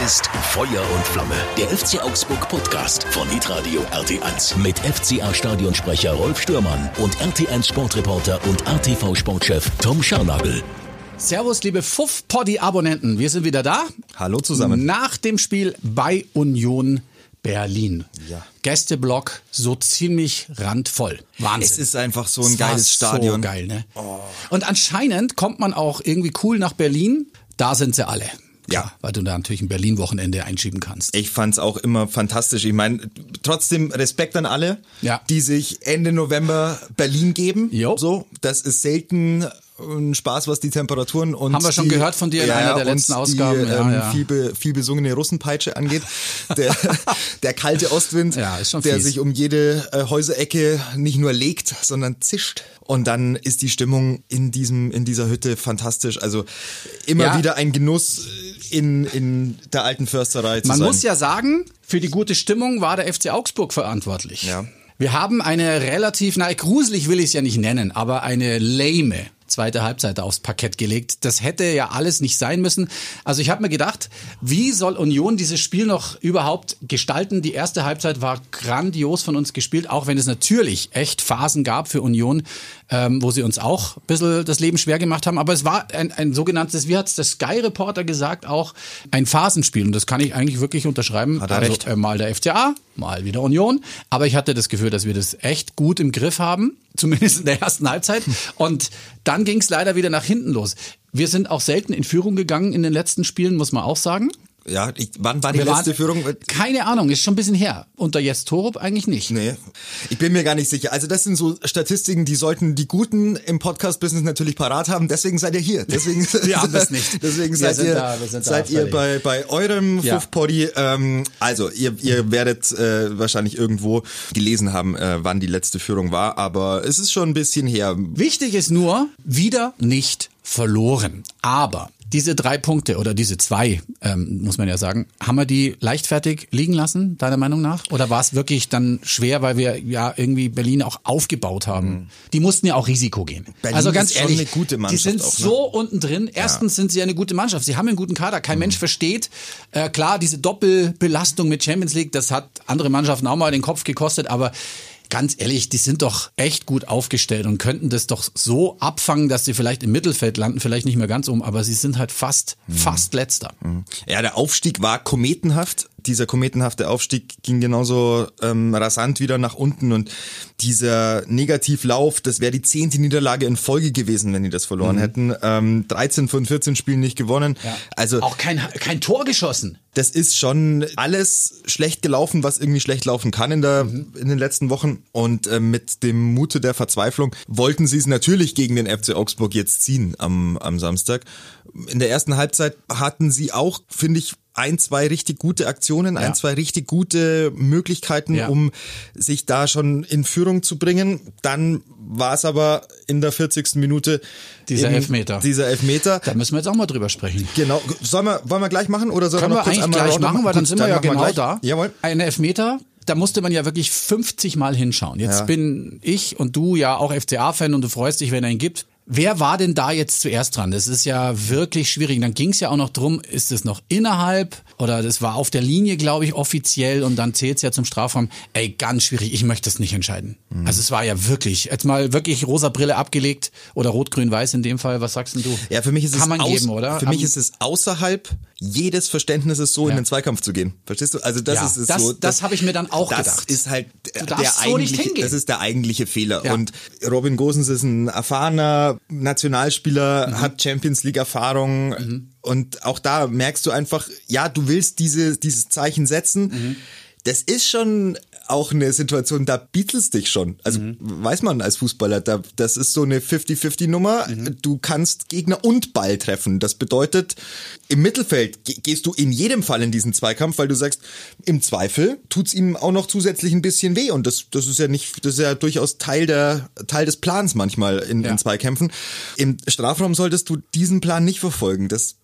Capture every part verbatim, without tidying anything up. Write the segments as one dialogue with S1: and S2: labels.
S1: ist Feuer und Flamme, der F C Augsburg Podcast von Hitradio R T eins mit F C A-Stadionsprecher Rolf Stürmann und R T eins Sportreporter und A T V-Sportchef Tom Scharnagl.
S2: Servus, liebe Fuff-Poddy-Abonnenten, wir sind wieder da.
S3: Hallo zusammen.
S2: Nach dem Spiel bei Union Berlin.
S3: Ja.
S2: Gästeblock so ziemlich randvoll. Wahnsinn.
S3: Es ist einfach so ein
S2: Es
S3: geiles
S2: war
S3: Stadion.
S2: So geil, ne? Oh. Und anscheinend kommt man auch irgendwie cool nach Berlin. Da sind sie alle. Klar, ja. Weil du da natürlich ein Berlin-Wochenende einschieben kannst.
S3: Ich fand's auch immer fantastisch. Ich meine, trotzdem Respekt an alle,
S2: ja.
S3: die sich Ende November Berlin geben.
S2: Jo.
S3: So, das ist selten ein Spaß, was die Temperaturen und
S2: haben wir schon
S3: die,
S2: gehört von dir in
S3: ja,
S2: einer der letzten
S3: die,
S2: Ausgaben. Ja,
S3: ähm,
S2: ja.
S3: Viel, be, viel besungene Russenpeitsche angeht. Der, der kalte Ostwind,
S2: ja, ist schon
S3: der
S2: fies.
S3: sich um jede äh, Häuserecke nicht nur legt, sondern zischt. Und dann ist die Stimmung in diesem in dieser Hütte fantastisch. Also immer
S2: ja.
S3: wieder ein Genuss in, in der alten Försterei zu
S2: Man
S3: sein.
S2: muss ja sagen, für die gute Stimmung war der F C Augsburg verantwortlich.
S3: Ja.
S2: Wir haben eine relativ, na gruselig will ich es ja nicht nennen, aber eine lame zweite Halbzeit aufs Parkett gelegt. Das hätte ja alles nicht sein müssen. Also ich habe mir gedacht, wie soll Union dieses Spiel noch überhaupt gestalten? Die erste Halbzeit war grandios von uns gespielt, auch wenn es natürlich echt Phasen gab für Union, ähm, wo sie uns auch ein bisschen das Leben schwer gemacht haben. Aber es war ein, ein sogenanntes, wie hat es der Sky-Reporter gesagt, auch ein Phasenspiel. Und das kann ich eigentlich wirklich unterschreiben.
S3: Hat er
S2: also,
S3: recht.
S2: Äh, mal der F C A, mal wieder Union. Aber ich hatte das Gefühl, dass wir das echt gut im Griff haben. Zumindest in der ersten Halbzeit. Und dann ging es leider wieder nach hinten los. Wir sind auch selten in Führung gegangen in den letzten Spielen, muss man auch sagen.
S3: Ja, ich, wann war die
S2: Wir
S3: letzte
S2: waren,
S3: Führung?
S2: Keine Ahnung, ist schon ein bisschen her. Unter Jes Torup eigentlich nicht.
S3: Nee, ich bin mir gar nicht sicher. Also das sind so Statistiken, die sollten die Guten im Podcast-Business natürlich parat haben. Deswegen seid ihr hier. Deswegen,
S2: wir haben das nicht.
S3: Deswegen
S2: wir
S3: seid ihr,
S2: da, wir
S3: seid ihr bei, bei eurem
S2: ja.
S3: Fuff-Poddy. Ähm, also ihr, ihr werdet äh, wahrscheinlich irgendwo gelesen haben, äh, wann die letzte Führung war. Aber es ist schon ein bisschen her.
S2: Wichtig ist nur, wieder nicht verloren. Aber diese drei Punkte oder diese zwei, ähm, muss man ja sagen, haben wir die leichtfertig liegen lassen, deiner Meinung nach? Oder war es wirklich dann schwer, weil wir ja irgendwie Berlin auch aufgebaut haben? Mhm. Die mussten ja auch Risiko gehen.
S3: Berlin
S2: also ganz
S3: ist
S2: ehrlich,
S3: schon eine gute Mannschaft
S2: die sind
S3: auch, ne?
S2: so unten drin. Erstens
S3: ja.
S2: sind sie ja eine gute Mannschaft. Sie haben einen guten Kader. Kein mhm. Mensch versteht. Äh, klar, diese Doppelbelastung mit Champions League, das hat andere Mannschaften auch mal den Kopf gekostet, aber ganz ehrlich, die sind doch echt gut aufgestellt und könnten das doch so abfangen, dass sie vielleicht im Mittelfeld landen, vielleicht nicht mehr ganz oben, aber sie sind halt fast, mhm. fast Letzter.
S3: Ja, der Aufstieg war kometenhaft. Dieser kometenhafte Aufstieg ging genauso ähm, rasant wieder nach unten und dieser Negativlauf, das wäre die zehnte Niederlage in Folge gewesen, wenn die das verloren mhm. hätten. Ähm, dreizehn von vierzehn Spielen nicht gewonnen.
S2: Ja.
S3: Also
S2: auch kein, kein Tor geschossen.
S3: Das ist schon alles schlecht gelaufen, was irgendwie schlecht laufen kann in, der, mhm. in den letzten Wochen. Und äh, mit dem Mute der Verzweiflung wollten sie es natürlich gegen den F C Augsburg jetzt ziehen am, am Samstag. In der ersten Halbzeit hatten sie auch, finde ich, ein, zwei richtig gute Aktionen, ja. ein, zwei richtig gute Möglichkeiten, ja. um sich da schon in Führung zu bringen. Dann war es aber in der vierzigsten Minute
S2: dieser Elfmeter.
S3: Dieser Elfmeter.
S2: Da müssen wir jetzt auch mal drüber sprechen.
S3: Genau. Sollen wir, wollen wir gleich machen oder sollen
S2: Können
S3: wir noch
S2: wir
S3: kurz
S2: eigentlich
S3: einmal
S2: gleich machen, weil dann sind wir ja genau
S3: wir
S2: da.
S3: Jawohl.
S2: Ein Elfmeter. Da musste man ja wirklich fünfzig Mal hinschauen. Jetzt
S3: ja.
S2: bin ich und du ja auch F C A-Fan und du freust dich, wenn er ihn gibt. Wer war denn da jetzt zuerst dran? Das ist ja wirklich schwierig. Dann ging es ja auch noch drum, ist es noch innerhalb oder das war auf der Linie, glaube ich, offiziell und dann zählt es ja zum Strafraum. Ey, ganz schwierig. Ich möchte es nicht entscheiden. Mhm. Also es war ja wirklich, jetzt mal wirklich rosa Brille abgelegt oder rot-grün-weiß in dem Fall. Was sagst denn du?
S3: Ja, für mich ist
S2: Kann
S3: es
S2: man
S3: aus,
S2: geben, oder?
S3: Für
S2: Am,
S3: mich ist es außerhalb jedes Verständnisses so, ja. in den Zweikampf zu gehen. Verstehst du? Also das
S2: ja,
S3: ist es
S2: das,
S3: so.
S2: Das, das habe ich mir dann auch
S3: das
S2: gedacht.
S3: Das ist halt
S2: du
S3: der
S2: so
S3: eigentliche, das ist der eigentliche Fehler.
S2: Ja.
S3: Und Robin Gosens ist ein erfahrener Nationalspieler, mhm. hat Champions League Erfahrung mhm. und auch da merkst du einfach, ja, du willst diese, dieses Zeichen setzen. Mhm. Das ist schon auch eine Situation, da bietelst dich schon. Also mhm. weiß man als Fußballer, da, das ist so eine fünfzig fünfzig Nummer. Mhm. Du kannst Gegner und Ball treffen. Das bedeutet, im Mittelfeld ge- gehst du in jedem Fall in diesen Zweikampf, weil du sagst, im Zweifel tut's ihm auch noch zusätzlich ein bisschen weh. Und das, das ist ja nicht, das ist ja durchaus Teil der, Teil des Plans manchmal in,
S2: ja.
S3: in Zweikämpfen. Im Strafraum solltest du diesen Plan nicht verfolgen. Das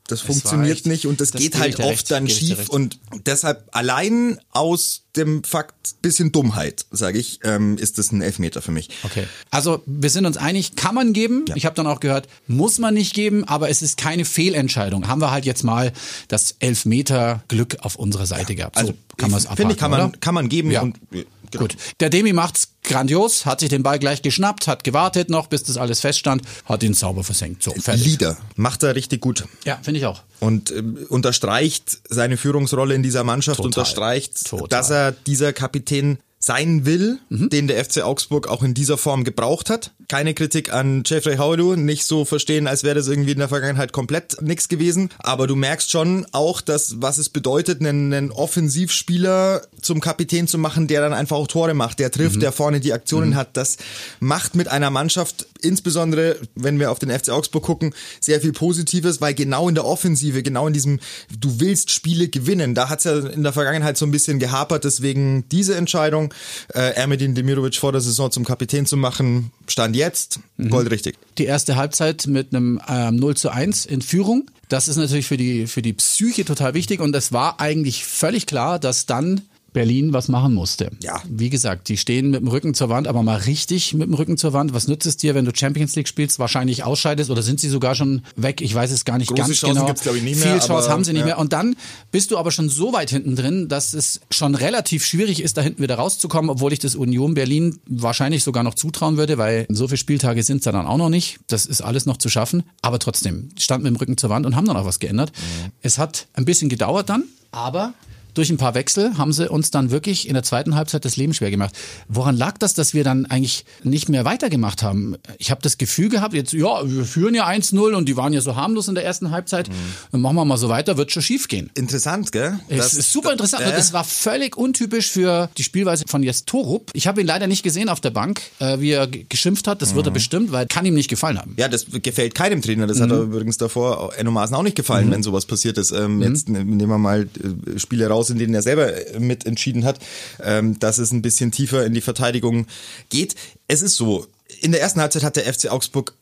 S3: Das funktioniert
S2: echt,
S3: nicht und das, das geht halt oft recht, dann schief und deshalb allein aus dem Fakt bisschen Dummheit, sage ich, ähm, ist das ein Elfmeter für mich.
S2: Okay. Also wir sind uns einig, kann man geben. Ja. Ich habe dann auch gehört, muss man nicht geben, aber es ist keine Fehlentscheidung. Haben wir halt jetzt mal das Elfmeter-Glück auf unserer Seite ja, gehabt. So
S3: also
S2: kann man es abhaken,
S3: finde ich, kann man,
S2: oder?
S3: kann man geben.
S2: Ja.
S3: Und genau.
S2: Gut. Der Demi macht's grandios, hat sich den Ball gleich geschnappt, hat gewartet noch, bis das alles feststand, hat ihn sauber versenkt. So, fertig.
S3: Leader. Macht er richtig gut.
S2: Ja, finde ich auch.
S3: Und äh, unterstreicht seine Führungsrolle in dieser Mannschaft, Total. unterstreicht, Total. dass er dieser Kapitän sein will, mhm. den der F C Augsburg auch in dieser Form gebraucht hat. Keine Kritik an Jeffrey Haudu, nicht so verstehen, als wäre das irgendwie in der Vergangenheit komplett nichts gewesen. Aber du merkst schon auch, dass was es bedeutet, einen, einen Offensivspieler zum Kapitän zu machen, der dann einfach auch Tore macht, der trifft, mhm. der vorne die Aktionen mhm. hat. Das macht mit einer Mannschaft, insbesondere wenn wir auf den F C Augsburg gucken, sehr viel Positives, weil genau in der Offensive, genau in diesem, du willst Spiele gewinnen, da hat es ja in der Vergangenheit so ein bisschen gehapert, deswegen diese Entscheidung, äh, Ermedin Demirovic vor der Saison zum Kapitän zu machen, stand jetzt mhm. goldrichtig.
S2: Die erste Halbzeit mit einem ähm, null zu eins in Führung. Das ist natürlich für die, für die Psyche total wichtig und es war eigentlich völlig klar, dass dann Berlin was machen musste.
S3: Ja.
S2: Wie gesagt, die stehen mit dem Rücken zur Wand, aber mal richtig mit dem Rücken zur Wand. Was nützt es dir, wenn du Champions League spielst, wahrscheinlich ausscheidest oder sind sie sogar schon weg? Ich weiß es gar nicht
S3: Große
S2: ganz
S3: Chancen
S2: genau.
S3: Gibt's, glaub ich, nicht mehr,
S2: Viel Chance haben sie nicht
S3: ja.
S2: mehr. Und dann bist du aber schon so weit hinten drin, dass es schon relativ schwierig ist, da hinten wieder rauszukommen, obwohl ich das Union Berlin wahrscheinlich sogar noch zutrauen würde, weil so viele Spieltage sind es da dann auch noch nicht. Das ist alles noch zu schaffen. Aber trotzdem, die standen mit dem Rücken zur Wand und haben dann auch was geändert. Mhm. Es hat ein bisschen gedauert dann, aber durch ein paar Wechsel haben sie uns dann wirklich in der zweiten Halbzeit das Leben schwer gemacht. Woran lag das, dass wir dann eigentlich nicht mehr weitergemacht haben? Ich habe das Gefühl gehabt, jetzt ja, wir führen ja eins null und die waren ja so harmlos in der ersten Halbzeit. Mhm. Dann machen wir mal so weiter, wird schon schief gehen.
S3: Interessant, gell?
S2: Es
S3: das
S2: ist super interessant.
S3: Äh?
S2: Das war völlig untypisch für die Spielweise von Jes Torup. Ich habe ihn leider nicht gesehen auf der Bank, äh, wie er g- geschimpft hat. Das mhm. wird er bestimmt, weil kann ihm nicht gefallen haben.
S3: Ja, das gefällt keinem Trainer. Das mhm. hat er übrigens davor Enno Maaßen auch nicht gefallen, mhm. wenn sowas passiert ist. Ähm, mhm. Jetzt nehmen wir mal äh, Spiele raus, in denen er selber mit entschieden hat, ähm, dass es ein bisschen tiefer in die Verteidigung geht. Es ist so, in der ersten Halbzeit hat der F C Augsburg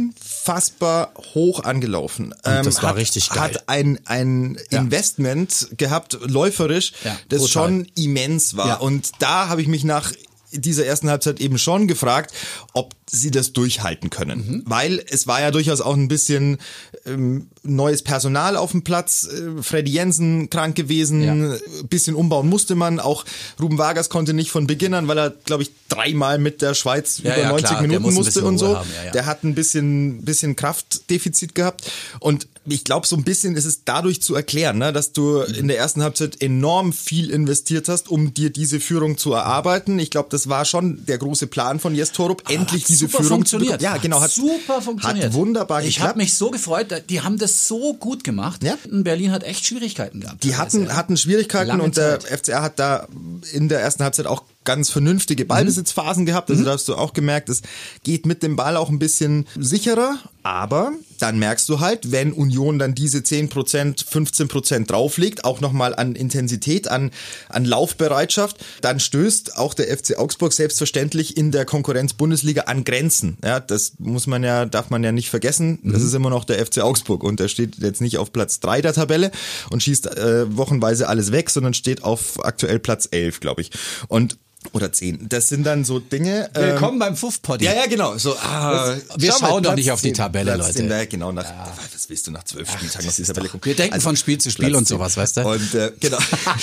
S3: unfassbar hoch angelaufen.
S2: Ähm, das war
S3: hat,
S2: richtig geil.
S3: Hat ein, ein ja. Investment gehabt, läuferisch, ja, das total. schon immens war. Ja. Und da habe ich mich nach dieser ersten Halbzeit eben schon gefragt, ob sie das durchhalten können. Mhm. Weil es war ja durchaus auch ein bisschen ähm, neues Personal auf dem Platz. Äh, Freddy Jensen krank gewesen, ja. ein bisschen umbauen musste man. Auch Ruben Vargas konnte nicht von Beginn an, weil er, glaube ich, dreimal mit der Schweiz ja, über ja, neunzig klar. Minuten musste und so. Haben, ja, ja. Der hat ein bisschen, bisschen Kraftdefizit gehabt. Und ich glaube, so ein bisschen ist es dadurch zu erklären, ne, dass du mhm. in der ersten Halbzeit enorm viel investiert hast, um dir diese Führung zu erarbeiten. Ich glaube, das war schon der große Plan von Jes Torup,
S2: Aber
S3: endlich diese
S2: super
S3: Führung
S2: funktioniert.
S3: zu bekommen. Ja, genau, hat
S2: super funktioniert.
S3: Hat wunderbar
S2: ich
S3: geklappt.
S2: Ich habe mich so gefreut, die haben das so gut gemacht. Ja? Berlin hat echt Schwierigkeiten gehabt.
S3: Die hatten, ja. hatten Schwierigkeiten Lange und der Zeit. F C R hat da in der ersten Halbzeit auch ganz vernünftige Ballbesitzphasen mhm. gehabt. Also mhm. da hast du auch gemerkt, es geht mit dem Ball auch ein bisschen sicherer. Aber dann merkst du halt, wenn Union dann diese zehn Prozent, fünfzehn Prozent drauflegt, auch nochmal an Intensität, an, an Laufbereitschaft, dann stößt auch der F C Augsburg selbstverständlich in der Konkurrenz-Bundesliga an Grenzen. Ja, das muss man ja, darf man ja nicht vergessen. Das mhm. ist immer noch der F C Augsburg und der steht jetzt nicht auf Platz drei der Tabelle und schießt äh, wochenweise alles weg, sondern steht auf aktuell Platz elf, glaube ich. Und oder zehn. Das sind dann so Dinge.
S2: Willkommen
S3: ähm,
S2: beim Fuff-Poddy.
S3: Ja, ja, genau. So, ah,
S2: das, wir schauen doch nicht auf die Tabelle,
S3: Platz
S2: Leute.
S3: zehn, da, genau, nach, ja. Was willst du nach zwölf Spieltagen auf die Tabelle gucken?
S2: Wir denken also, von Spiel zu Spiel Platz und sowas, weißt du?
S3: Und äh, genau.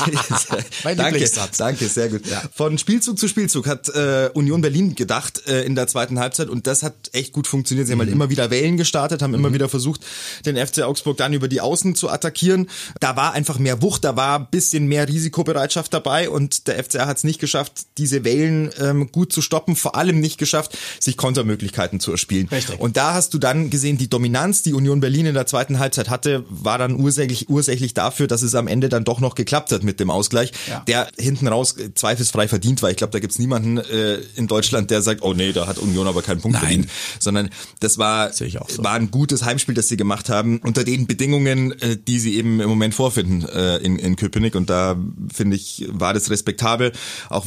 S2: mein
S3: danke,
S2: Lieblingssatz.
S3: Danke, sehr gut. Ja. Von Spielzug zu Spielzug hat äh, Union Berlin gedacht äh, in der zweiten Halbzeit und das hat echt gut funktioniert. Sie haben mhm. halt immer wieder Wellen gestartet, haben mhm. immer wieder versucht, den F C Augsburg dann über die Außen zu attackieren. Da war einfach mehr Wucht, da war ein bisschen mehr Risikobereitschaft dabei und der F C R hat es nicht geschafft, diese Wellen ähm, gut zu stoppen, vor allem nicht geschafft, sich Kontermöglichkeiten zu erspielen.
S2: Richtig.
S3: Und da hast du dann gesehen, die Dominanz, die Union Berlin in der zweiten Halbzeit hatte, war dann ursächlich, ursächlich dafür, dass es am Ende dann doch noch geklappt hat mit dem Ausgleich, ja. der hinten raus zweifelsfrei verdient war. Ich glaube, da gibt's niemanden äh, in Deutschland, der sagt, oh nee, da hat Union aber keinen Punkt
S2: Nein.
S3: verdient, sondern das war,
S2: Sehe ich auch so.
S3: war ein gutes Heimspiel, das sie gemacht haben, unter den Bedingungen, äh, die sie eben im Moment vorfinden äh, in, in Köpenick und da, finde ich, war das respektabel, auch was sie in der zweiten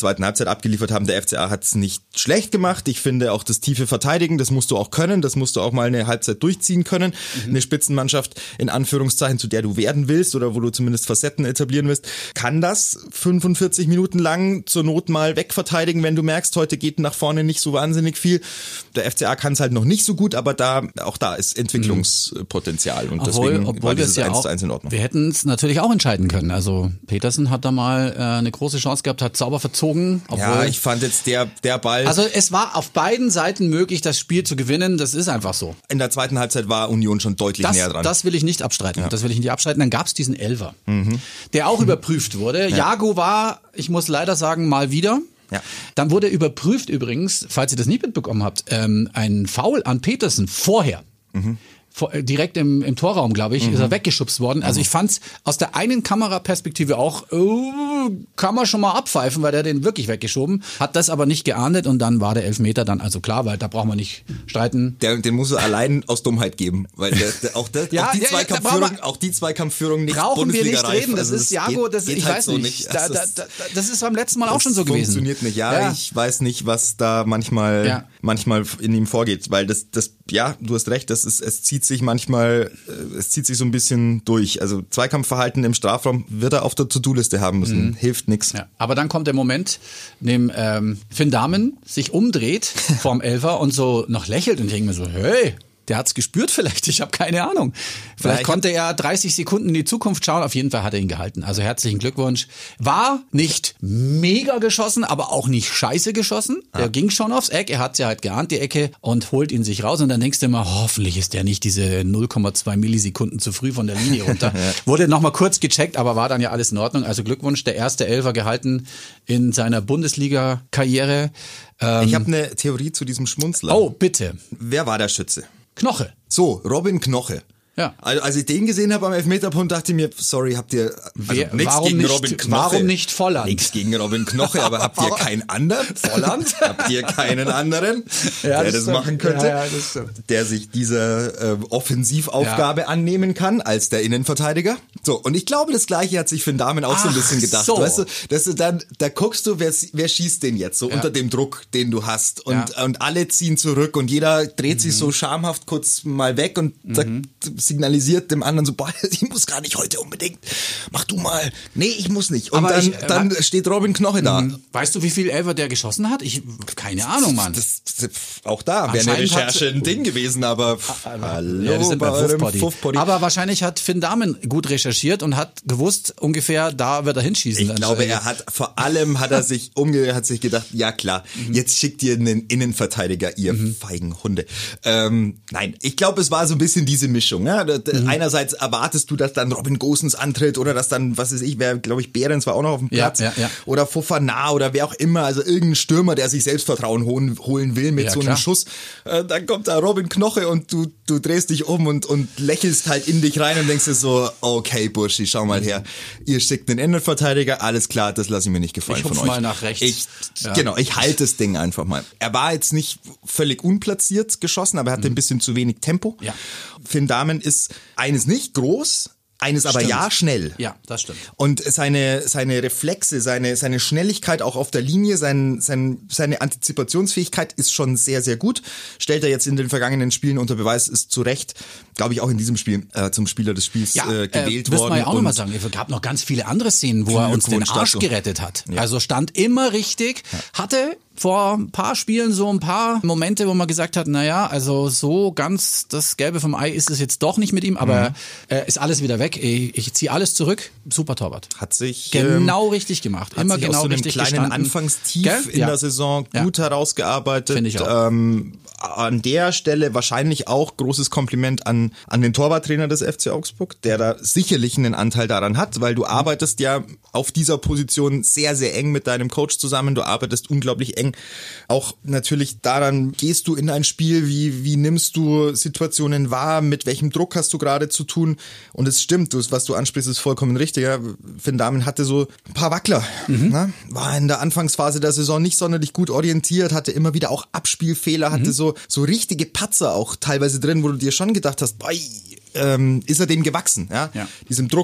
S3: zweiten Halbzeit abgeliefert haben. Der F C A hat es nicht schlecht gemacht. Ich finde auch das tiefe Verteidigen, das musst du auch können, das musst du auch mal eine Halbzeit durchziehen können. Mhm. Eine Spitzenmannschaft, in Anführungszeichen, zu der du werden willst oder wo du zumindest Facetten etablieren willst, kann das fünfundvierzig Minuten lang zur Not mal wegverteidigen, wenn du merkst, heute geht nach vorne nicht so wahnsinnig viel. Der F C A kann es halt noch nicht so gut, aber da auch da ist Entwicklungspotenzial und
S2: obwohl,
S3: deswegen
S2: obwohl
S3: war dieses
S2: ja
S3: eins zu eins in Ordnung.
S2: Wir hätten es natürlich auch entscheiden können. Also Petersen hat da mal äh, eine große Chance gehabt, hat sauber verzogen. Obwohl,
S3: ja, ich fand jetzt der, der Ball...
S2: Also es war auf beiden Seiten möglich, das Spiel zu gewinnen. Das ist einfach so.
S3: In der zweiten Halbzeit war Union schon deutlich
S2: das,
S3: näher dran.
S2: Das will ich nicht abstreiten.
S3: Ja.
S2: Das will ich nicht abstreiten. Dann gab es diesen Elfer, mhm. der auch mhm. überprüft wurde. Ja. Jago war, ich muss leider sagen, mal wieder...
S3: Ja.
S2: Dann wurde überprüft übrigens, falls ihr das nicht mitbekommen habt, ähm, ein Foul an Petersen vorher. Mhm. Vor, äh, direkt im, im Torraum, glaube ich, mhm. ist er weggeschubst worden. Also mhm. ich fand's aus der einen Kameraperspektive auch, oh, kann man schon mal abpfeifen, weil der den wirklich weggeschoben hat, das aber nicht geahndet und dann war der Elfmeter dann also klar, weil da brauchen wir nicht streiten.
S3: Der, den muss er allein aus Dummheit geben, weil der, der, auch, der,
S2: ja,
S3: auch, die
S2: ja,
S3: Zweikampfführung, auch die Zweikampfführung nicht
S2: brauchen wir nicht reden, das
S3: also
S2: ist Jago, das,
S3: geht
S2: ich
S3: halt
S2: weiß
S3: so
S2: nicht,
S3: nicht.
S2: Da, da, da, das ist beim letzten Mal auch schon so gewesen.
S3: Das funktioniert nicht, ja, ja, ich weiß nicht, was da manchmal,
S2: ja.
S3: manchmal in ihm vorgeht, weil das, das, ja, du hast recht, das ist, es zieht sich manchmal, es zieht sich so ein bisschen durch. Also Zweikampfverhalten im Strafraum wird er auf der To-Do-Liste haben müssen. Mhm. Hilft nichts.
S2: Ja. Aber dann kommt der Moment, in dem ähm, Finn Dahmen sich umdreht vorm Elfer und so noch lächelt und ich denke mir so, hey, der hat's gespürt vielleicht, ich habe keine Ahnung. Vielleicht ja, konnte er dreißig Sekunden in die Zukunft schauen, auf jeden Fall hat er ihn gehalten. Also herzlichen Glückwunsch. War nicht mega geschossen, aber auch nicht scheiße geschossen. Der ah. ging schon aufs Eck, er hat's ja halt geahnt, die Ecke, und holt ihn sich raus und dann denkst du immer, hoffentlich ist der nicht diese null Komma zwei Millisekunden zu früh von der Linie runter. ja. Wurde nochmal kurz gecheckt, aber war dann ja alles in Ordnung. Also Glückwunsch, der erste Elfer gehalten in seiner Bundesliga-Karriere. Ähm,
S3: ich habe eine Theorie zu diesem Schmunzler.
S2: Oh, bitte.
S3: Wer war der Schütze?
S2: Knoche.
S3: So, Robin Knoche.
S2: Ja.
S3: Also, als ich den gesehen habe am Elfmeterpunkt, dachte ich mir, sorry, habt ihr also
S2: Wer,
S3: nichts
S2: warum
S3: gegen
S2: nicht,
S3: Robin Knoche.
S2: Warum nicht Volland?
S3: Nichts gegen Robin Knoche, aber habt ihr keinen anderen?
S2: Volland?
S3: Habt ihr keinen anderen,
S2: ja,
S3: der das, das machen könnte,
S2: ja, ja, das
S3: der sich dieser äh, Offensivaufgabe ja. annehmen kann als der Innenverteidiger? So, und ich glaube, das Gleiche hat sich Finn Dahmen auch Ach, so ein bisschen gedacht. So. Weißt du, dass du dann, da guckst du, wer, wer schießt den jetzt, so ja. unter dem Druck, den du hast. Und, ja. und alle ziehen zurück und jeder dreht mhm. sich so schamhaft kurz mal weg und mhm. sagt, signalisiert dem anderen so, boah, ich muss gar nicht heute unbedingt. Mach du mal. Nee, ich muss nicht. Und dann, ich, äh, dann steht Robin Knoche da.
S2: Weißt du, wie viel Elfer der geschossen hat? Ich, keine Ahnung, Mann.
S3: Das, das, auch da wäre eine Recherche ein Ding gewesen, aber
S2: aber hallo, ja, bei eurem Fuffpoddy. Aber wahrscheinlich hat Finn Dahmen gut recherchiert und hat gewusst, ungefähr da wird er hinschießen.
S3: Ich glaube, er hat, vor allem hat er sich umge, hat sich gedacht, ja klar, mhm. jetzt schickt ihr einen Innenverteidiger, ihr mhm. feigen Hunde. Ähm, nein, ich glaube, es war so ein bisschen diese Mischung. Ja? Mhm. Einerseits erwartest du, dass dann Robin Gosens antritt oder dass dann, was weiß ich, wer, glaube ich, Behrens war auch noch auf dem Platz.
S2: Ja, ja, ja.
S3: Oder Fofana oder wer auch immer, also irgendein Stürmer, der sich Selbstvertrauen holen, holen will mit ja, so einem klar. Schuss. Äh, dann kommt da Robin Knoche und du, du drehst dich um und, und lächelst halt in dich rein und denkst dir so, okay, Burschi, schau mal her. Ihr schickt einen Innenverteidiger, alles klar, das lasse ich mir nicht gefallen
S2: ich
S3: von euch.
S2: Mal nach rechts.
S3: Ich,
S2: ja.
S3: Genau, ich halte das Ding einfach mal. Er war jetzt nicht völlig unplatziert geschossen, aber er hatte mhm. ein bisschen zu wenig Tempo.
S2: Ja.
S3: Finn Dahmen ist eines nicht groß, eines aber
S2: stimmt.
S3: ja schnell.
S2: Ja, das stimmt.
S3: Und seine, seine Reflexe, seine, seine Schnelligkeit auch auf der Linie, sein, sein, seine Antizipationsfähigkeit ist schon sehr, sehr gut. Stellt er jetzt in den vergangenen Spielen unter Beweis, ist zu Recht, glaube ich, auch in diesem Spiel äh, zum Spieler des Spiels
S2: ja,
S3: äh, gewählt
S2: äh,
S3: worden.
S2: Das muss man ja auch nochmal sagen. Es gab noch ganz viele andere Szenen, wo er uns den Arsch dazu. gerettet hat. Ja. Also stand immer richtig, ja. hatte vor ein paar Spielen so ein paar Momente, wo man gesagt hat, naja, also so ganz das Gelbe vom Ei ist es jetzt doch nicht mit ihm, aber mhm. äh, ist alles wieder weg. Ich, ich ziehe alles zurück. Super Torwart.
S3: Hat sich
S2: genau
S3: ähm,
S2: richtig gemacht.
S3: Hat
S2: Immer
S3: sich
S2: genau
S3: aus so einem
S2: richtig
S3: kleinen
S2: gestanden.
S3: Anfangstief
S2: Gell?
S3: in
S2: ja.
S3: der Saison gut ja. herausgearbeitet.
S2: Finde ich auch.
S3: Ähm, an der Stelle wahrscheinlich auch großes Kompliment an, an den Torwarttrainer des F C Augsburg, der da sicherlich einen Anteil daran hat, weil du arbeitest ja auf dieser Position sehr, sehr eng mit deinem Coach zusammen. Du arbeitest unglaublich eng. Auch natürlich daran, gehst du in ein Spiel, wie, wie nimmst du Situationen wahr, mit welchem Druck hast du gerade zu tun? Und es stimmt, du, was du ansprichst, ist vollkommen richtig. Ja. Finn Dahmen hatte so ein paar Wackler. Mhm. Ne? War in der Anfangsphase der Saison nicht sonderlich gut orientiert, hatte immer wieder auch Abspielfehler, hatte mhm. so so richtige Patzer auch teilweise drin, wo du dir schon gedacht hast, boy, ähm, ist er dem gewachsen, ja?
S2: ja.
S3: Diesem Druck,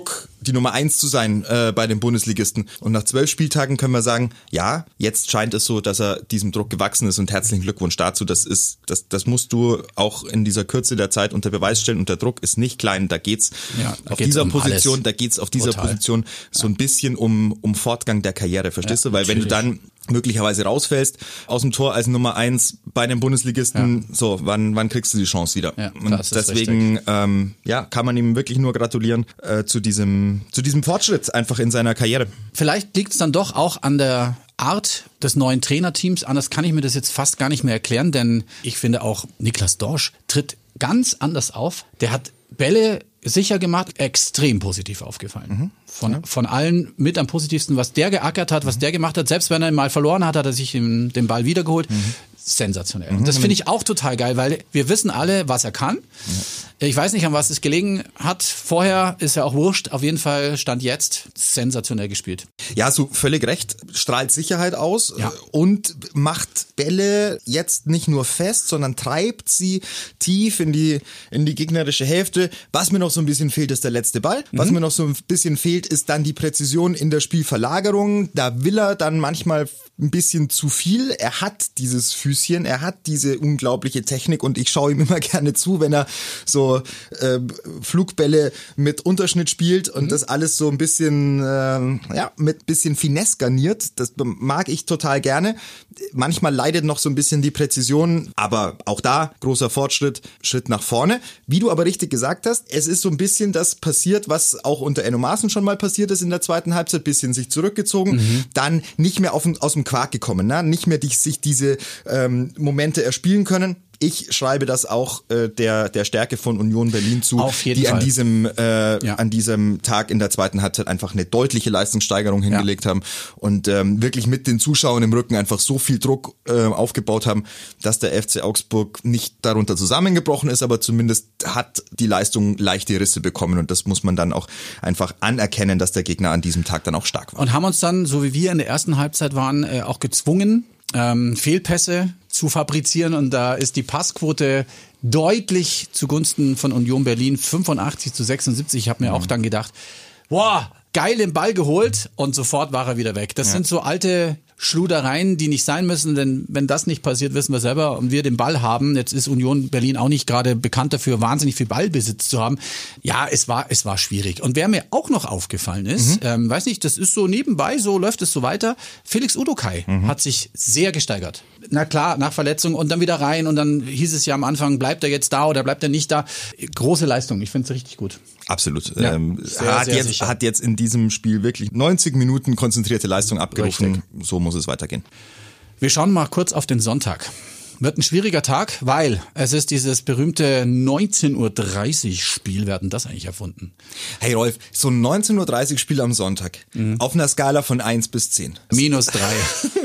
S3: die Nummer eins zu sein äh, bei den Bundesligisten. Und nach zwölf Spieltagen können wir sagen, ja, jetzt scheint es so, dass er diesem Druck gewachsen ist und herzlichen Glückwunsch dazu. Das ist, das, das musst du auch in dieser Kürze der Zeit unter Beweis stellen und der Druck ist nicht klein. Da geht's
S2: ja, da
S3: auf
S2: geht's
S3: dieser
S2: um
S3: Position,
S2: alles.
S3: da geht's auf dieser
S2: Total.
S3: Position so ein bisschen um, um Fortgang der Karriere, verstehst
S2: Ja,
S3: du? Weil wenn du
S2: natürlich.
S3: dann möglicherweise rausfällst aus dem Tor als Nummer eins bei den Bundesligisten, ja. so, wann, wann kriegst du die Chance wieder?
S2: Ja,
S3: und deswegen, ähm, ja, kann man ihm wirklich nur gratulieren äh, zu diesem, zu diesem Fortschritt einfach in seiner Karriere.
S2: Vielleicht liegt es dann doch auch an der Art des neuen Trainerteams. Anders kann ich mir das jetzt fast gar nicht mehr erklären, denn ich finde auch Niklas Dorsch tritt ganz anders auf. Der hat Bälle sicher gemacht, extrem positiv aufgefallen. Mhm. Von, ja. von allen mit am positivsten, was der geackert hat, was mhm. der gemacht hat. Selbst wenn er ihn mal verloren hat, hat er sich den, den Ball wiedergeholt. Mhm. Sensationell. Mhm. Das finde ich auch total geil, weil wir wissen alle, was er kann. Ja. Ich weiß nicht, an was es gelegen hat. Vorher ist ja auch wurscht. Auf jeden Fall stand jetzt sensationell gespielt.
S3: Ja, hast du völlig recht. Strahlt Sicherheit aus
S2: ja.
S3: und macht Bälle jetzt nicht nur fest, sondern treibt sie tief in die, in die gegnerische Hälfte. Was mir noch so ein bisschen fehlt, ist der letzte Ball. Was mhm. mir noch so ein bisschen fehlt, ist dann die Präzision in der Spielverlagerung. Da will er dann manchmal ein bisschen zu viel. Er hat dieses Füßchen, er hat diese unglaubliche Technik und ich schaue ihm immer gerne zu, wenn er so äh, Flugbälle mit Unterschnitt spielt und mhm. das alles so ein bisschen, äh, ja, mit bisschen Finesse garniert. Das mag ich total gerne. Manchmal leidet noch so ein bisschen die Präzision, aber auch da großer Fortschritt, Schritt nach vorne. Wie du aber richtig gesagt hast, es ist so ein bisschen das passiert, was auch unter Enno Maaßen schon mal passiert ist in der zweiten Halbzeit, bisschen sich zurückgezogen, mhm. dann nicht mehr auf, aus dem Quark gekommen, ne? Nicht mehr die, sich diese ähm, Momente erspielen können. Ich schreibe das auch äh, der der Stärke von Union Berlin zu,
S2: Auf jeden
S3: die
S2: Fall.
S3: an diesem äh,
S2: ja.
S3: an diesem Tag in der zweiten Halbzeit einfach eine deutliche Leistungssteigerung hingelegt ja. haben und ähm, wirklich mit den Zuschauern im Rücken einfach so viel Druck äh, aufgebaut haben, dass der F C Augsburg nicht darunter zusammengebrochen ist, aber zumindest hat die Leistung leichte Risse bekommen und das muss man dann auch einfach anerkennen, dass der Gegner an diesem Tag dann auch stark war.
S2: Und haben uns dann, so wie wir in der ersten Halbzeit waren, äh, auch gezwungen, ähm, Fehlpässe zu fabrizieren und da ist die Passquote deutlich zugunsten von Union Berlin, fünfundachtzig zu sechsundsiebzig. Ich habe mir mhm. auch dann gedacht, boah, geil den Ball geholt und sofort war er wieder weg. Das ja. sind so alte Schludereien, die nicht sein müssen, denn wenn das nicht passiert, wissen wir selber und wir den Ball haben, jetzt ist Union Berlin auch nicht gerade bekannt dafür, wahnsinnig viel Ballbesitz zu haben. Ja, es war es war schwierig. Und wer mir auch noch aufgefallen ist, mhm. ähm, weiß nicht, das ist so nebenbei, so läuft es so weiter, Felix Udokai mhm. hat sich sehr gesteigert. Na klar, nach Verletzung und dann wieder rein und dann hieß es ja am Anfang, bleibt er jetzt da oder bleibt er nicht da? Große Leistung, ich finde es richtig gut.
S3: Absolut.
S2: Ja,
S3: ähm,
S2: sehr,
S3: hat,
S2: sehr
S3: jetzt,
S2: sicher.
S3: hat jetzt in diesem Spiel wirklich neunzig Minuten konzentrierte Leistung abgerufen. Richtig. So muss es weitergehen.
S2: Wir schauen mal kurz auf den Sonntag. Wird ein schwieriger Tag, weil es ist dieses berühmte neunzehn Uhr dreißig Spiel. Wer hat denn das eigentlich erfunden?
S3: Hey Rolf, so ein neunzehn Uhr dreißig Spiel am Sonntag. Mhm. Auf einer Skala von eins bis zehn.
S2: Minus drei.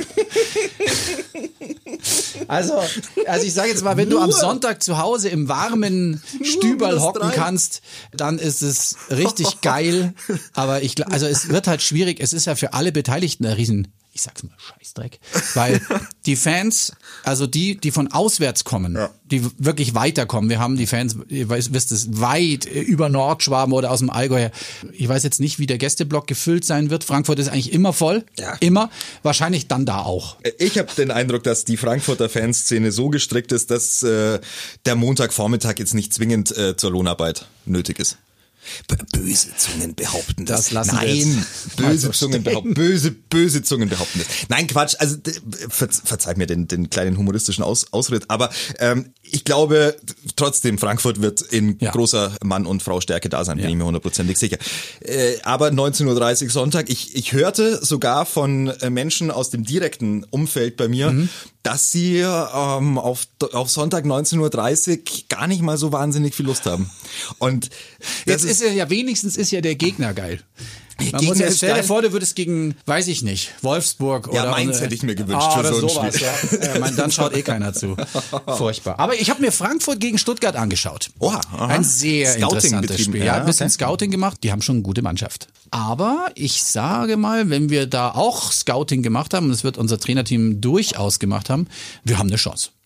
S2: Also, also ich sage jetzt mal, wenn Nur. du am Sonntag zu Hause im warmen Stüberl hocken drei. kannst, dann ist es richtig geil. Aber ich, also es wird halt schwierig. Es ist ja für alle Beteiligten ein riesen, ich sag's mal, Scheißdreck. Weil die Fans, also die, die von auswärts kommen, ja. die wirklich weiterkommen. Wir haben die Fans, ihr wisst es, weit über Nordschwaben oder aus dem Allgäu. Ich weiß jetzt nicht, wie der Gästeblock gefüllt sein wird. Frankfurt ist eigentlich immer voll. Ja. Immer. Wahrscheinlich dann da auch.
S3: Ich habe den Eindruck, dass die Frankfurter Fanszene so gestrickt ist, dass äh, der Montagvormittag jetzt nicht zwingend äh, zur Lohnarbeit nötig ist. Böse Zungen behaupten das.
S2: das lassen
S3: Nein,
S2: wir
S3: böse Zungen behaupten, böse, böse Zungen behaupten das. Nein, Quatsch, also verze verzeih mir den, den kleinen humoristischen Aus Ausritt, aber ähm, ich glaube trotzdem, Frankfurt wird in ja. großer Mann- und Frau-Stärke da sein, bin ja. ich mir hundertprozentig sicher. Äh, aber neunzehn Uhr dreißig Sonntag, ich, ich hörte sogar von äh, Menschen aus dem direkten Umfeld bei mir, mhm. dass sie ähm, auf, auf Sonntag neunzehn Uhr dreißig gar nicht mal so wahnsinnig viel Lust haben. Und
S2: jetzt ist ja, ja wenigstens ist ja der Gegner geil. Man muss ja, stell dir vor, du würdest gegen, weiß ich nicht, Wolfsburg oder...
S3: Ja, Mainz hätte ich mir gewünscht
S2: oh,
S3: für
S2: oder
S3: so ein
S2: sowas,
S3: Spiel.
S2: Ja. Ja, mein, dann schaut eh keiner zu. Furchtbar. Aber ich habe mir Frankfurt gegen Stuttgart angeschaut.
S3: Oha, aha.
S2: Ein sehr
S3: Scouting
S2: interessantes
S3: betrieben.
S2: Spiel. Ja, ein bisschen okay. Scouting gemacht. Die haben schon eine gute Mannschaft. Aber ich sage mal, wenn wir da auch Scouting gemacht haben, und das wird unser Trainerteam durchaus gemacht haben, wir haben eine Chance.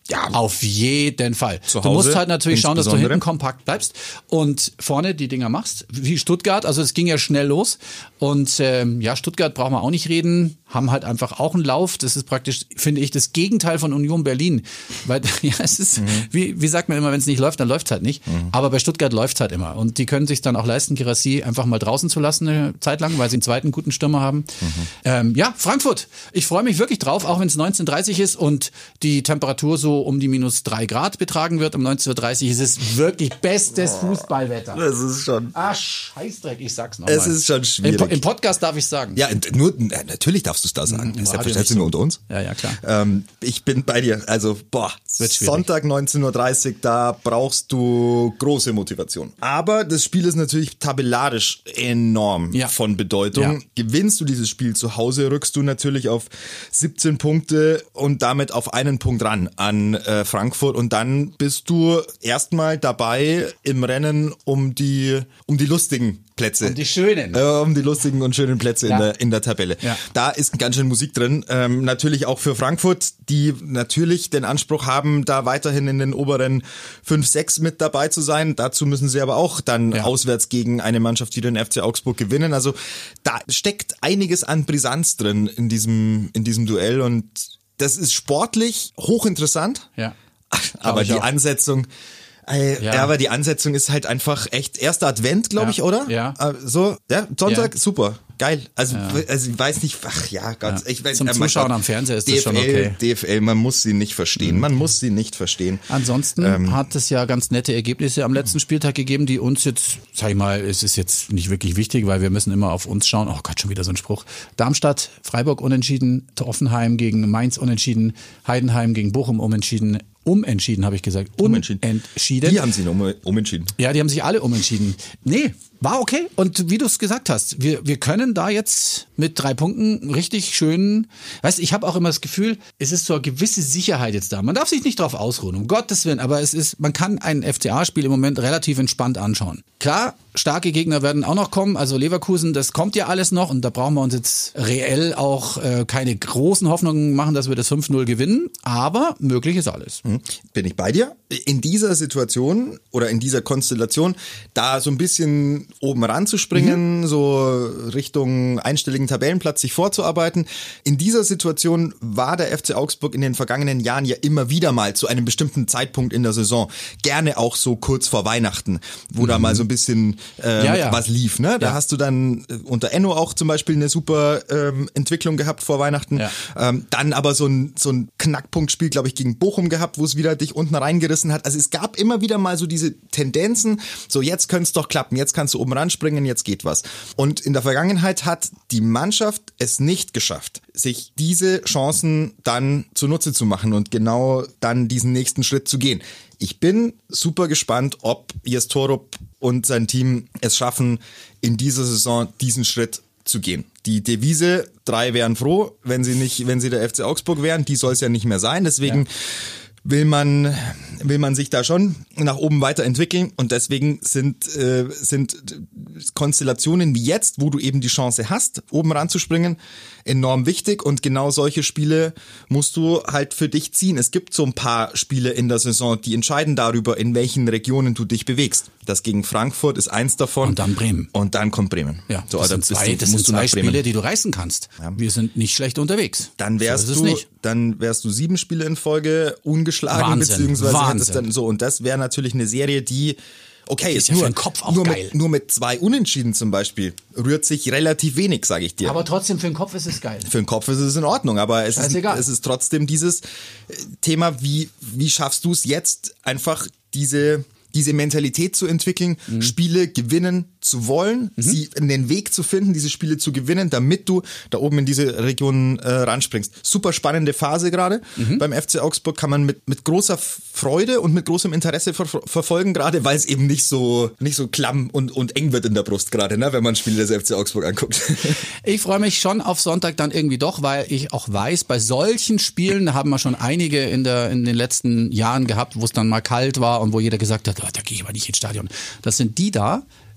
S2: Ja, auf jeden Fall.
S3: Zu
S2: du
S3: Hause
S2: musst halt natürlich schauen, dass du
S3: insbesondere.
S2: hinten kompakt bleibst und vorne die Dinger machst. Wie Stuttgart, also es ging ja schnell los. Und ähm, ja, Stuttgart brauchen wir auch nicht reden, haben halt einfach auch einen Lauf. Das ist praktisch, finde ich, das Gegenteil von Union Berlin. Weil, ja, es ist, mhm. wie, wie sagt man immer, wenn es nicht läuft, dann läuft es halt nicht. Mhm. Aber bei Stuttgart läuft es halt immer. Und die können sich dann auch leisten, Girassi einfach mal draußen zu lassen eine Zeit lang, weil sie einen zweiten guten Stürmer haben. Mhm. Ähm, ja, Frankfurt. Ich freue mich wirklich drauf, auch wenn es neunzehn Uhr dreißig ist und die Temperatur so um die minus drei Grad betragen wird. Um neunzehn Uhr dreißig ist es wirklich bestes Fußballwetter.
S3: Das ist schon...
S2: Ah, Scheißdreck, ich sag's nochmal.
S3: Es ist schon schwierig.
S2: Im, Im Podcast darf ich sagen.
S3: Ja, nur, natürlich darfst du es da sagen.
S2: Mhm,
S3: ist ja verständlich nur unter uns.
S2: Ja, ja, klar.
S3: Ähm, ich bin bei dir. Also, boah, Sonntag neunzehn Uhr dreißig, da brauchst du große Motivation. Aber das Spiel ist natürlich tabellarisch enorm
S2: ja.
S3: von Bedeutung. Ja. Gewinnst du dieses Spiel zu Hause, rückst du natürlich auf siebzehn Punkte und damit auf einen Punkt ran an äh, Frankfurt. Und dann bist du erstmal dabei im Rennen um die, um die lustigen Plätze.
S2: Um die schönen.
S3: Äh, um die lustigen und schönen Plätze
S2: ja.
S3: in der in der Tabelle.
S2: Ja.
S3: Da ist ganz schön Musik drin. Ähm, natürlich auch für Frankfurt, die natürlich den Anspruch haben, da weiterhin in den oberen fünf, sechs mit dabei zu sein. Dazu müssen sie aber auch dann ja. auswärts gegen eine Mannschaft wie den F C Augsburg gewinnen. Also da steckt einiges an Brisanz drin in diesem in diesem Duell und das ist sportlich hochinteressant.
S2: Ja.
S3: Aber die auch. Ansetzung Äh, ja. ja, aber die Ansetzung ist halt einfach echt erster Advent, glaube
S2: ja.
S3: ich, oder?
S2: Ja.
S3: Äh, so, ja, Sonntag, ja. super, geil. Also,
S2: ja.
S3: also ich weiß nicht, ach ja, Gott.
S2: Ja.
S3: Ich weiß,
S2: Zum
S3: äh,
S2: Zuschauen
S3: Gott,
S2: am Fernseher ist
S3: D F L,
S2: das schon okay.
S3: D F L, man muss sie nicht verstehen, mhm. man muss sie nicht verstehen.
S2: Ansonsten ähm, hat es ja ganz nette Ergebnisse am letzten Spieltag gegeben, die uns jetzt, sag ich mal, es ist jetzt nicht wirklich wichtig, weil wir müssen immer auf uns schauen. Oh Gott, schon wieder so ein Spruch. Darmstadt, Freiburg unentschieden, Offenheim gegen Mainz unentschieden, Heidenheim gegen Bochum unentschieden. Umentschieden, habe ich gesagt.
S3: Unentschieden.
S2: Unentschieden.
S3: Die haben sie um, umentschieden.
S2: Ja, die haben sich alle umentschieden. Nee, war okay. Und wie du es gesagt hast, wir, wir können da jetzt mit drei Punkten richtig schön, weißt du, ich habe auch immer das Gefühl, es ist so eine gewisse Sicherheit jetzt da. Man darf sich nicht drauf ausruhen, um Gottes Willen, aber es ist, man kann ein F C A-Spiel im Moment relativ entspannt anschauen. Klar, starke Gegner werden auch noch kommen, also Leverkusen, das kommt ja alles noch und da brauchen wir uns jetzt reell auch äh, keine großen Hoffnungen machen, dass wir das fünf null gewinnen, aber möglich ist alles.
S3: Bin ich bei dir? In dieser Situation oder in dieser Konstellation, da so ein bisschen oben ranzuspringen, mhm. so Richtung einstelligen Tabellenplatz sich vorzuarbeiten. In dieser Situation war der F C Augsburg in den vergangenen Jahren ja immer wieder mal zu einem bestimmten Zeitpunkt in der Saison, gerne auch so kurz vor Weihnachten, wo mhm. da mal so ein bisschen ähm,
S2: ja, ja.
S3: was lief. Ne? Da
S2: ja.
S3: hast du dann unter Enno auch zum Beispiel eine super ähm, Entwicklung gehabt vor Weihnachten.
S2: Ja.
S3: Ähm, dann aber so ein, so ein Knackpunktspiel, glaube ich, gegen Bochum gehabt, wo es wieder dich unten reingerissen hat. Also es gab immer wieder mal so diese Tendenzen, so jetzt könnte es doch klappen, jetzt kannst du oben ranspringen, jetzt geht was. Und in der Vergangenheit hat die Mannschaft es nicht geschafft, sich diese Chancen dann zunutze zu machen und genau dann diesen nächsten Schritt zu gehen. Ich bin super gespannt, ob Jes Torup und sein Team es schaffen, in dieser Saison diesen Schritt zu gehen. Die Devise, drei wären froh, wenn sie nicht, wenn sie der F C Augsburg wären, die soll es ja nicht mehr sein. Deswegen ja. will man, will man sich da schon nach oben weiterentwickeln und deswegen sind, äh, sind Konstellationen wie jetzt, wo du eben die Chance hast, oben ranzuspringen, enorm wichtig und genau solche Spiele musst du halt für dich ziehen. Es gibt so ein paar Spiele in der Saison, die entscheiden darüber, in welchen Regionen du dich bewegst. Das gegen Frankfurt ist eins davon.
S2: Und dann Bremen.
S3: Und dann kommt Bremen.
S2: Ja,
S3: so,
S2: das sind zwei,
S3: du,
S2: das sind zwei Spiele, die du reißen kannst.
S3: Ja.
S2: Wir sind nicht schlecht unterwegs.
S3: Dann wärst
S2: so
S3: du,
S2: nicht.
S3: dann wärst du sieben Spiele in Folge ungeschlagen,
S2: Wahnsinn,
S3: beziehungsweise
S2: Wahnsinn.
S3: hättest dann so. Und das wäre natürlich eine Serie, die okay, ist
S2: ja
S3: nur,
S2: für den Kopf auch
S3: nur,
S2: geil.
S3: Mit, nur mit zwei Unentschieden zum Beispiel rührt sich relativ wenig, sage ich dir.
S2: Aber trotzdem, für den Kopf ist es geil.
S3: Für den Kopf ist es in Ordnung, aber es, ist, es ist trotzdem dieses Thema, wie, wie schaffst du es jetzt einfach diese, diese Mentalität zu entwickeln, mhm. Spiele gewinnen zu wollen, mhm. sie in den Weg zu finden, diese Spiele zu gewinnen, damit du da oben in diese Region äh, ranspringst. Super spannende Phase gerade mhm. beim F C Augsburg, kann man mit mit großer Freude und mit großem Interesse ver- verfolgen, gerade weil es eben nicht so nicht so klamm und und eng wird in der Brust gerade, ne, wenn man Spiele des F C Augsburg anguckt.
S2: Ich freue mich schon auf Sonntag dann irgendwie doch, weil ich auch weiß, bei solchen Spielen haben wir schon einige in der in den letzten Jahren gehabt, wo es dann mal kalt war und wo jeder gesagt hat, oh, da gehe ich aber nicht ins Stadion. Das sind die da,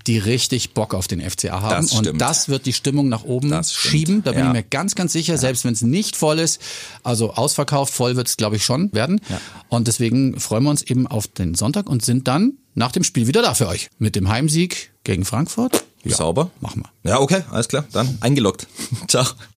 S2: die richtig Bock auf den F C A haben.
S3: Das stimmt.
S2: Und das wird die Stimmung nach oben
S3: Das stimmt.
S2: schieben. Da bin
S3: Ja.
S2: ich mir ganz, ganz sicher, ja. selbst wenn es nicht voll ist. Also ausverkauft, voll wird es, glaube ich, schon werden. Ja. Und deswegen freuen wir uns eben auf den Sonntag und sind dann nach dem Spiel wieder da für euch. Mit dem Heimsieg gegen Frankfurt.
S4: Ja, sauber.
S2: Machen wir.
S4: Ja, okay, alles klar. Dann eingeloggt. Ciao.